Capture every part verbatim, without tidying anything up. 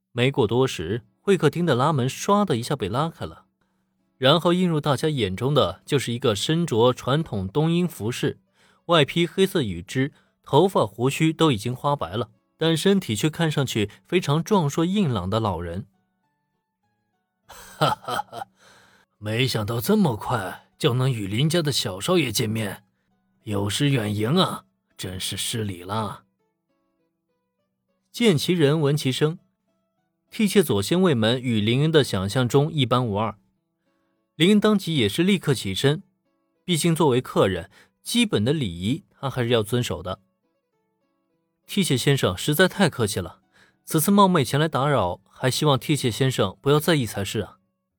没过多时，会客厅的拉门唰的一下被拉开了，然后映入大家眼中的就是一个身着传统东瀛服饰，外披黑色羽织，头发胡须都已经花白了，但身体却看上去非常壮硕硬朗的老人。 哈哈哈，没想到这么快就能与林家的小少爷见面，有失远迎啊，真是失礼了。 见其人闻其声，替妾左仙卫门与林恩的想象中一般无二。林恩当即也是立刻起身，毕竟作为客人，基本的礼仪他还是要遵守的。替妾先生实在太客气了，此次冒昧前来打扰，还希望替妾先生不要在意才是啊。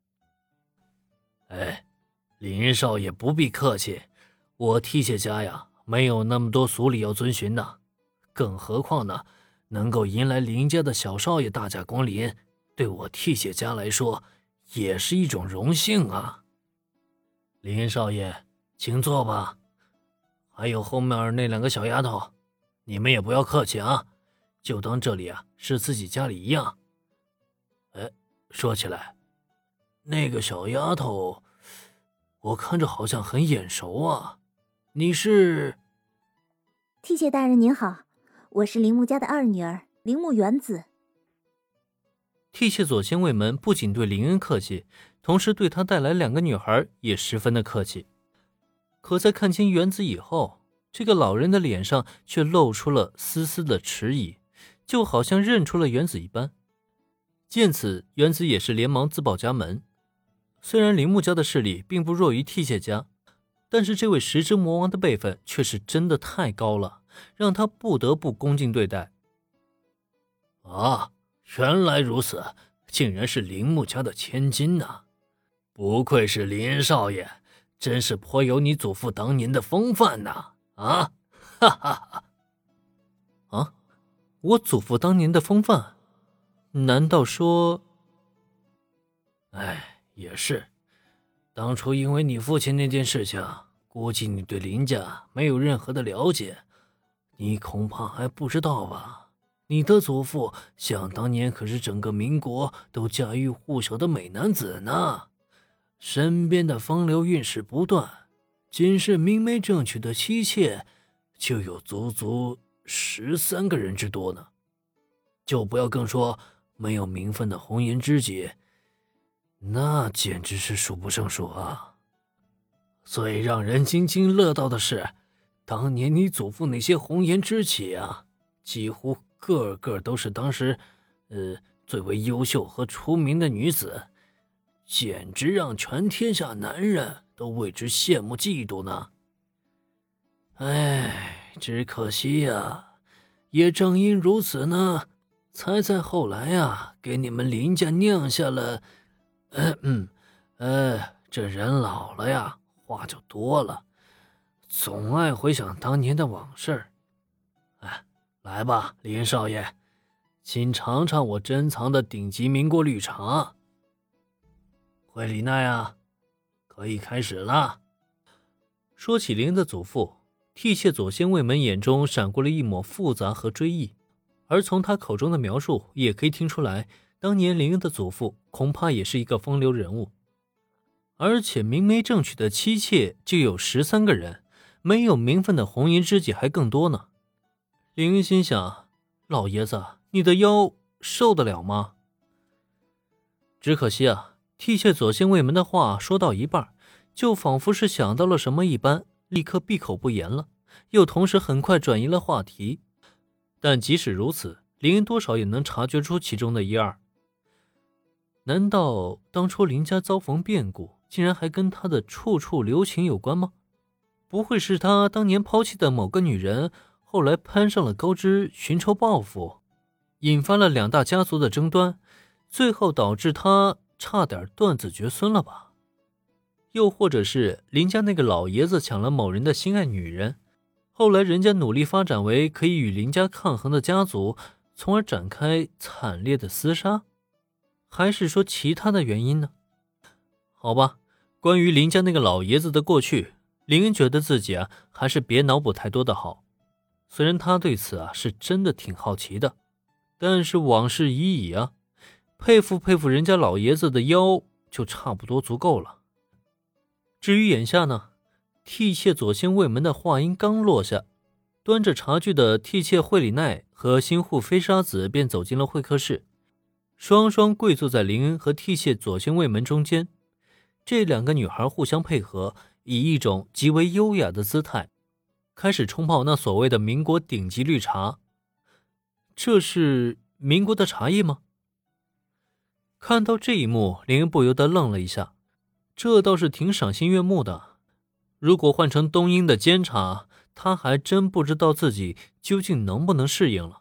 哎，林少爷不必客气，我替妾家呀没有那么多俗礼要遵循的，更何况呢，能够迎来林家的小少爷大驾光临，对我替妾家来说也是一种荣幸啊。林少爷，请坐吧。还有后面那两个小丫头，你们也不要客气啊，就当这里啊是自己家里一样。哎，说起来，那个小丫头，我看着好像很眼熟啊。你是？ 替妾大人您好，我是铃木家的二女儿铃木原子。 替妾左仙卫门不仅对林恩客气，同时对他带来两个女孩也十分的客气。可在看清原子以后，这个老人的脸上却露出了丝丝的迟疑，就好像认出了原子一般。见此，原子也是连忙自报家门。虽然铃木家的势力并不弱于替妾家，但是这位石之魔王的辈分却是真的太高了，让他不得不恭敬对待。 啊，原来如此，竟然是铃木家的千金呐、啊！不愧是林少爷，真是颇有你祖父当年的风范呐！啊，哈哈哈！ 啊，我祖父当年的风范？难道说…… 哎，也是。当初因为你父亲那件事情，估计你对林家没有任何的了解，你恐怕还不知道吧？你的祖父想当年可是整个民国都家喻户晓的美男子呢，身边的风流韵事不断，仅是明媒正娶的妻妾就有足足十三个人之多呢，就不要更说没有名分的红颜知己，那简直是数不胜数啊。最让人津津乐道的是，当年你祖父那些红颜知己啊，几乎个个都是当时呃最为优秀和出名的女子，简直让全天下男人都为之羡慕嫉妒呢。哎，只可惜呀、啊，也正因如此呢，才在后来啊给你们林家酿下了呃嗯呃这人老了呀，话就多了，总爱回想当年的往事。哎，来吧，林少爷，请尝尝我珍藏的顶级民国绿茶。惠里奈啊，可以开始了。 说起林恩的祖父，替妾左仙卫门眼中闪过了一抹复杂和追忆，而从他口中的描述也可以听出来，当年林恩的祖父恐怕也是一个风流人物，而且明媒正娶的妻妾就有十三个人，没有名分的红颜知己还更多呢。林恩心想，老爷子，你的腰受得了吗？只可惜啊，替妾左仙卫门的话说到一半，就仿佛是想到了什么一般，立刻闭口不言了，又同时很快转移了话题。但即使如此，林恩多少也能察觉出其中的一二。难道当初林家遭逢变故，竟然还跟他的处处留情有关吗？不会是他当年抛弃的某个女人，后来攀上了高枝，寻仇报复，引发了两大家族的争端，最后导致他差点断子绝孙了吧？又或者是林家那个老爷子抢了某人的心爱女人，后来人家努力发展为可以与林家抗衡的家族，从而展开惨烈的厮杀？还是说其他的原因呢？好吧，关于林家那个老爷子的过去，林恩觉得自己啊还是别脑补太多的好。虽然他对此啊是真的挺好奇的，但是往事已矣啊， 佩服佩服人家老爷子的腰就差不多足够了。至于眼下呢，替妾左仙卫门的话音刚落下，端着茶具的替妾惠里奈和新护飞沙子便走进了会客室，双双跪坐在林恩和替妾左仙卫门中间。这两个女孩互相配合，以一种极为优雅的姿态开始冲泡那所谓的民国顶级绿茶。这是民国的茶叶吗？看到这一幕，林恩不由得愣了一下，这倒是挺赏心悦目的。如果换成东英的煎茶，他还真不知道自己究竟能不能适应了。